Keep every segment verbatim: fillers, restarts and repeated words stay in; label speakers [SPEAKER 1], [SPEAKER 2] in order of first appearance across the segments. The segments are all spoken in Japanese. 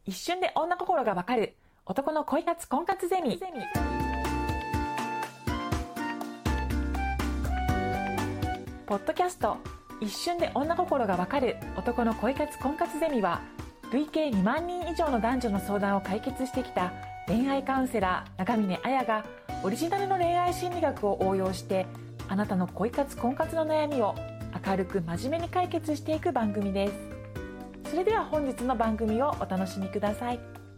[SPEAKER 1] 一瞬で女心がわかる男の恋活婚活ゼミ。ポッドキャスト一瞬で女心がわかる男の恋活婚活ゼミは、累計にまんにん以上の男女の相談を解決してきた恋愛カウンセラー長峰彩がオリジナルの恋愛心理学を応用して、あなたの恋活婚活の悩みを明るく真面目に解決していく番組です。それでは本日の番組をお楽しみください。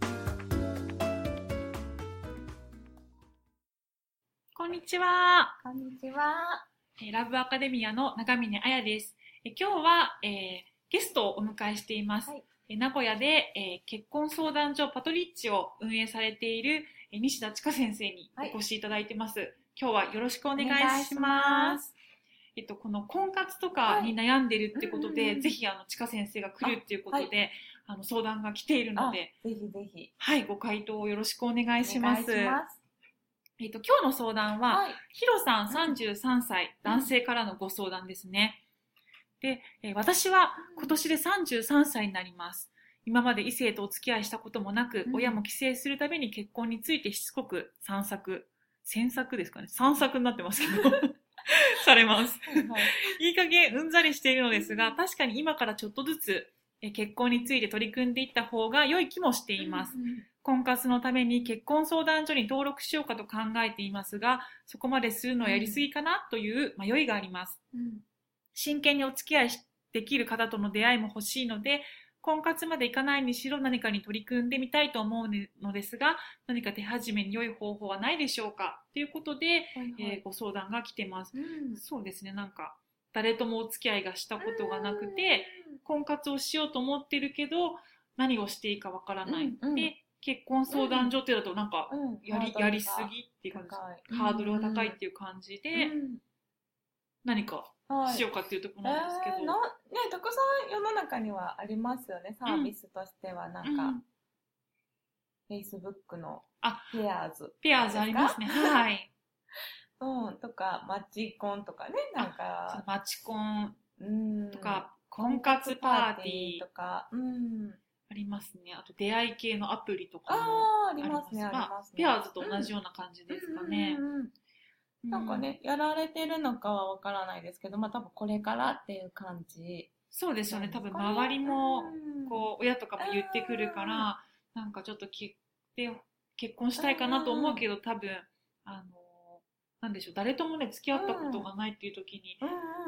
[SPEAKER 2] こんにちは。
[SPEAKER 3] こんにちは。
[SPEAKER 2] ラブアカデミアの長峰彩です。今日は、えー、ゲストをお迎えしています。はい、名古屋で、えー、結婚相談所パトリッチを運営されている西田千佳先生にお越しいただいてます。はい、今日はよろしくお願いします。えっと、この婚活とかに悩んでるってことで、はい、ぜひあの千佳先生が来るっていうことで、あ、はい、あの相談が来ているので、
[SPEAKER 3] ぜひぜひ、
[SPEAKER 2] はい、ご回答をよろしくお願いします。
[SPEAKER 3] お願いします。
[SPEAKER 2] えっと、今日の相談は、はい、ヒロさんさんじゅうさんさい、うん、男性からのご相談ですね。で、えー、私は今年でさんじゅうさんさいになります。今まで異性とお付き合いしたこともなく、うん、親も帰省するたびに結婚についてしつこく散策、詮索ですかね、散策になってますけど、されます。はいはい、いい加減うんざりしているのですが、確かに今からちょっとずつえ結婚について取り組んでいった方が良い気もしています。うんうん、婚活のために結婚相談所に登録しようかと考えていますが、そこまでするのはやりすぎかなという迷いがあります。うん、真剣にお付き合いできる方との出会いも欲しいので、婚活までいかないにしろ何かに取り組んでみたいと思うのですが、何か手始めに良い方法はないでしょうかということで、はいはい、えー、ご相談が来てます。うん、そうですね、なんか誰ともお付き合いがしたことがなくて、婚活をしようと思ってるけど何をしていいかわからない。うんうん、で、結婚相談所ってだとなんかやり、うん、やりすぎっていう感じ、ハードルが高いっていう感じで、うん、何かしようかっていうところなんですけど、
[SPEAKER 3] はい、えー、なね、たくさん世の中にはありますよね、サービスとしては。なんか、うん、Facebook のペアーズ
[SPEAKER 2] ペアーズありますね。はい。
[SPEAKER 3] うん、とかマッチコンとかね、なんか
[SPEAKER 2] マッチコンとか、うん、婚活パーティーとか、うん、ありますね。あと出会い系のアプリとかもありますね。ありますね。ペアーズと同じような感じですかね。
[SPEAKER 3] なんかね、やられてるのかはわからないですけど、まあ多分これからっていう感じ。
[SPEAKER 2] そうですよね。多分周りもこう親とかも言ってくるから、なんかちょっときで結婚したいかなと思うけど、多分あのなんでしょう、誰ともね付き合ったことがないっていう時に、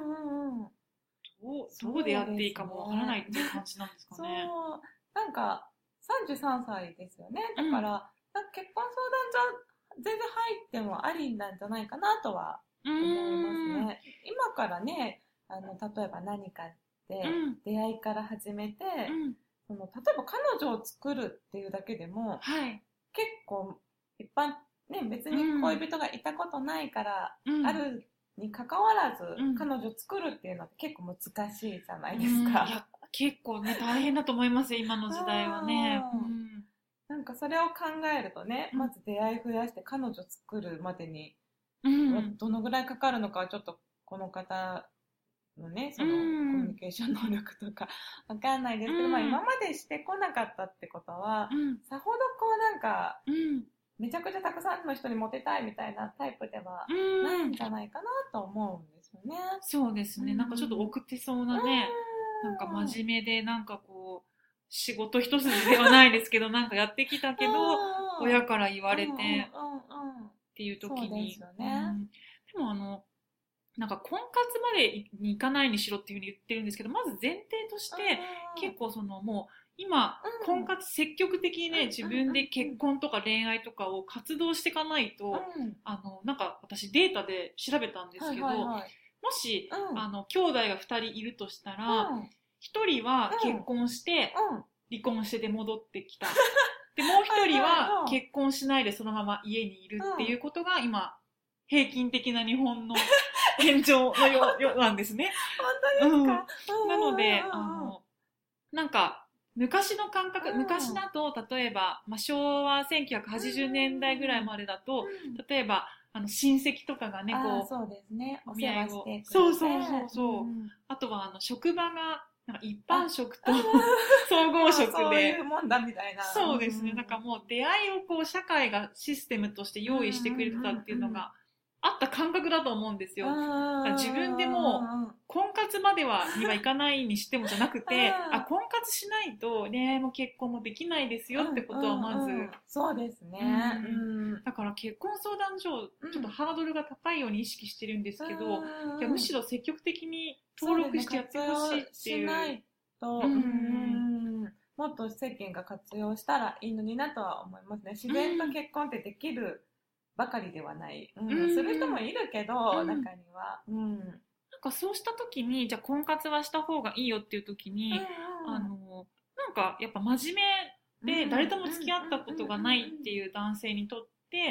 [SPEAKER 2] どうどう出会っていいかもわからないっていう感じなんですかね。
[SPEAKER 3] そう、なんかさんじゅうさんさいですよね。だから、うん、なんか結婚相談所全然入ってもありなんじゃないかなとは思いますね。今からね、あの例えば何かで出会いから始めて、うん、その例えば彼女を作るっていうだけでも、はい、結構一般ね、別に恋人がいたことないから、うん、あるに関わらず、うん、彼女作るっていうのって結構難しいじゃないですか。
[SPEAKER 2] うん、いや結構ね大変だと思います今の時代はね。
[SPEAKER 3] なんかそれを考えるとね、まず出会い増やして彼女作るまでに、うん、どのぐらいかかるのかはちょっとこの方のね、そのコミュニケーション能力とかわかんないですけど、うん、まあ今までしてこなかったってことは、うん、さほどこうなんか、うん、めちゃくちゃたくさんの人にモテたいみたいなタイプではないんじゃないかなと思うんですよね。
[SPEAKER 2] そうですね、なんかちょっと奥手そうなね、なんか真面目でなんかこう、仕事一筋ではないですけどなんかやってきたけど親から言われてっていう時に、そうですよね。うん、でもあのなんか婚活までに行かないにしろっていうふうに言ってるんですけど、まず前提として結構そのもう今婚活積極的にね自分で結婚とか恋愛とかを活動していかないと、あのなんか私データで調べたんですけど、はいはいはい、もし、うん、あの兄弟がふたりいるとしたら、うん、ひとりは結婚して、うん、離婚してで戻ってきた。で、もうひとりは結婚しないでそのまま家にいるっていうことが今、平均的な日本の現状のようよなんですね。
[SPEAKER 3] 本当ですか？
[SPEAKER 2] うん、なので、あの、なんか、昔の感覚、昔だと、例えば、まあ、昭和せんきゅうひゃくはちじゅうねんだいぐらいまでだと、例えば、あの親戚とかがね、こう、
[SPEAKER 3] そうですね、お世話してくれて、
[SPEAKER 2] そうそうそうそう、うん、あとはあの職場がなんか一般職と総合職で。
[SPEAKER 3] そういうもんだみたいな。
[SPEAKER 2] そうですね。なんかもう出会いをこう社会がシステムとして用意してくれてたっていうのがあった感覚だと思うんですよ。自分でも婚活まではにはいかないにしてもじゃなくて、あ、婚活しないと恋愛も結婚もできないですよってことはまず。
[SPEAKER 3] そうですね。
[SPEAKER 2] だから結婚相談所、ちょっとハードルが高いように意識してるんですけど、いやむしろ積極的に登録してやってほしいっていう。
[SPEAKER 3] しないと、うん、もっと世間が活用したらいいのになとは思いますね。自然と結婚ってできるばかりではない。うんうん、する人もいるけど、うん、中には。うん、
[SPEAKER 2] なんかそうした時に、じゃあ婚活はした方がいいよっていう時に、うん、あの、なんかやっぱ真面目で誰とも付き合ったことがないっていう男性にとって、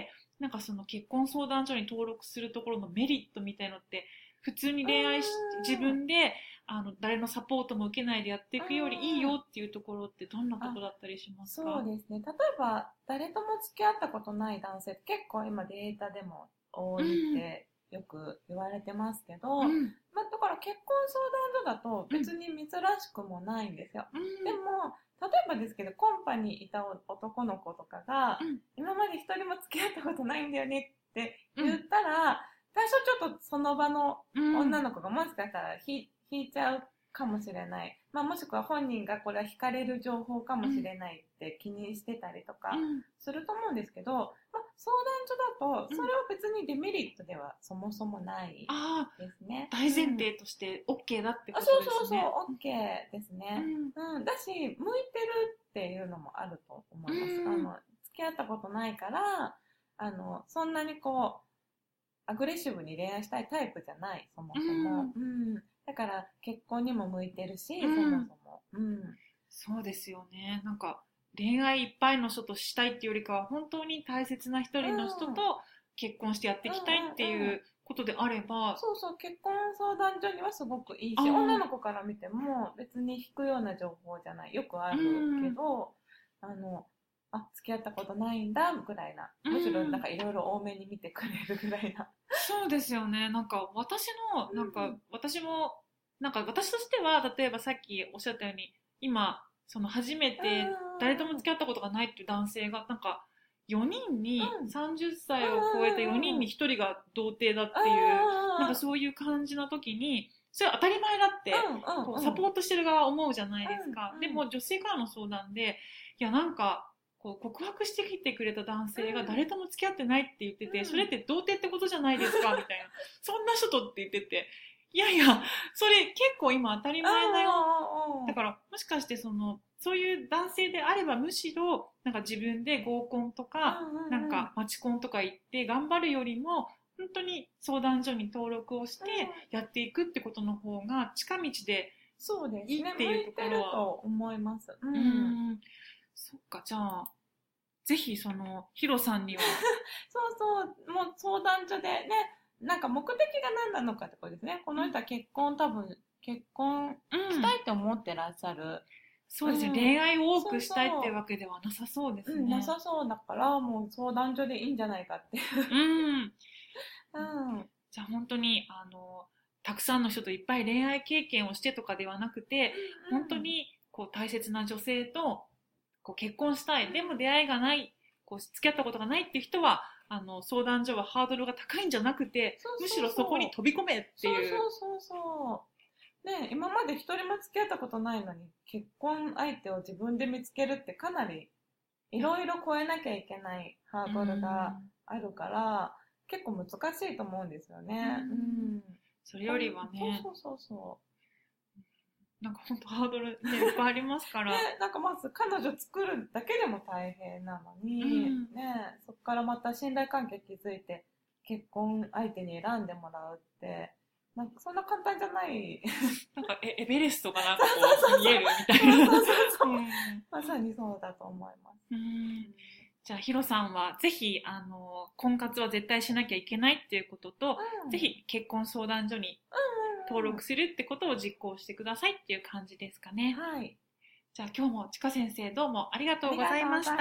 [SPEAKER 2] なんかその結婚相談所に登録するところのメリットみたいのって、普通に恋愛し、自分であの誰のサポートも受けないでやっていくよりいいよっていうところってどんなところだったりしますか？
[SPEAKER 3] そうですね。例えば誰とも付き合ったことない男性って結構今データでも多いってよく言われてますけど、うん、まあ、だから結婚相談所だと別に珍しくもないんですよ。うん、でも例えばですけどコンパにいた男の子とかが、うん、今まで一人も付き合ったことないんだよねって言ったら、うん、最初ちょっとその場の女の子がもしかしたら引いちゃうかもしれない。まあ、もしくは本人がこれは惹かれる情報かもしれないって気にしてたりとかすると思うんですけど、まあ、相談所だとそれは別にデメリットではそもそもないですね。
[SPEAKER 2] 大前提として OK だってことですね。
[SPEAKER 3] うん、そうそうそう、OK ですね。うん、だし、向いてるっていうのもあると思います。うん、あの付き合ったことないから、あのそんなにこうアグレッシブに恋愛したいタイプじゃない、そもそも。うん、うん、だから結婚にも向いてるし、うん、そもそも、うん。
[SPEAKER 2] そうですよね。なんか恋愛いっぱいの人としたいっていうよりかは、本当に大切な一人の人と結婚してやっていきたいっていうことであれば。
[SPEAKER 3] うんうんうん、そうそう、結婚相談所にはすごくいいし、女の子から見ても別に引くような情報じゃない。よくあるけど、うん、あの、あ、付き合ったことないんだぐらいな、むしろなんかいろいろ多めに見てくれるぐらいな。
[SPEAKER 2] そうですよね。なんか私のなんか、うん、私もなんか私としては例えばさっきおっしゃったように今その初めて誰とも付き合ったことがないっていう男性がなんかよにんにさんじゅっさいを超えたよにんにひとりが童貞だっていうなんかそういう感じの時にそれは当たり前だってこうサポートしてる側は思うじゃないですか。でも女性からの相談でいやなんかこう告白してきてくれた男性が誰とも付き合ってないって言ってて、うん、それって童貞ってことじゃないですかみたいなそんな人とって言ってていやいやそれ結構今当たり前だよ。だからもしかしてそのそういう男性であればむしろなんか自分で合コンとか、うんうんうん、なんかマチコンとか行って頑張るよりも本当に相談所に登録をしてやっていくってことの方が近道でいいっていうところは、
[SPEAKER 3] そうですね、向いてると思います。
[SPEAKER 2] うんうんそっか、じゃあ、ぜひその、ヒロさんには。
[SPEAKER 3] そうそう、もう相談所でね、なんか目的が何なのかってことですね。この人は結婚、多分、結婚したいって思ってらっしゃる。うん、
[SPEAKER 2] そうですね、うん、恋愛を多くしたいってわけではなさそうですね。
[SPEAKER 3] うん、なさそうだから、もう相談所でいいんじゃないかっていう。うん。
[SPEAKER 2] うん。じゃあ本当に、あの、たくさんの人といっぱい恋愛経験をしてとかではなくて、うん、本当に、こう、大切な女性と、こう結婚したい、でも出会いがない、こう付き合ったことがないっていう人は、あの相談所はハードルが高いんじゃなくて、そうそうそうむしろそこに飛び込めっていう。
[SPEAKER 3] そうそうそうそう。ね、今まで一人も付き合ったことないのに、結婚相手を自分で見つけるってかなりいろいろ超えなきゃいけないハードルがあるから、結構難しいと思うんですよね。うん。
[SPEAKER 2] それよりはね。
[SPEAKER 3] そうそうそうそう。
[SPEAKER 2] なんか本当ハードル、ね、いっぱいありますから、ね、
[SPEAKER 3] なんかまず彼女作るだけでも大変なのに、うん、ね、そこからまた信頼関係築いて結婚相手に選んでもらうってなんかそんな簡単じゃない
[SPEAKER 2] なんかエベレストかなんかこう見えるみたいなそうそうそう、
[SPEAKER 3] うん、まさにそうだと思います。
[SPEAKER 2] うんじゃあヒロさんはぜひあの婚活は絶対しなきゃいけないっていうことと、うん、ぜひ結婚相談所に登録するってことを実行してくださいっていう感じですかね。
[SPEAKER 3] はい。
[SPEAKER 2] じゃあ今日もちか先生どうもありがとうございました。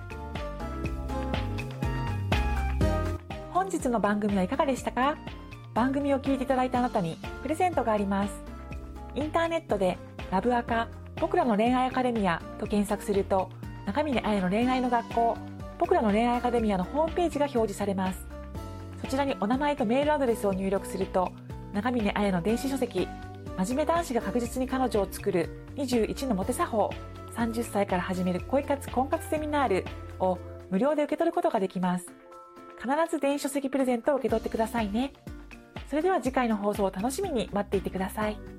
[SPEAKER 1] 本日の番組はいかがでしたか？ 番組を聞いていただいたあなたにプレゼントがあります。インターネットでラブアカ僕らの恋愛アカデミアと検索すると、中峰彩の恋愛の学校僕らの恋愛アカデミアのホームページが表示されます。そちらにお名前とメールアドレスを入力すると、中峰彩の電子書籍真面目男子が確実に彼女を作るにじゅういちのモテ作法、さんじゅっさいから始める恋活婚活セミナールを無料で受け取ることができます。必ず電子書籍プレゼントを受け取ってくださいね。それでは次回の放送を楽しみに待っていてください。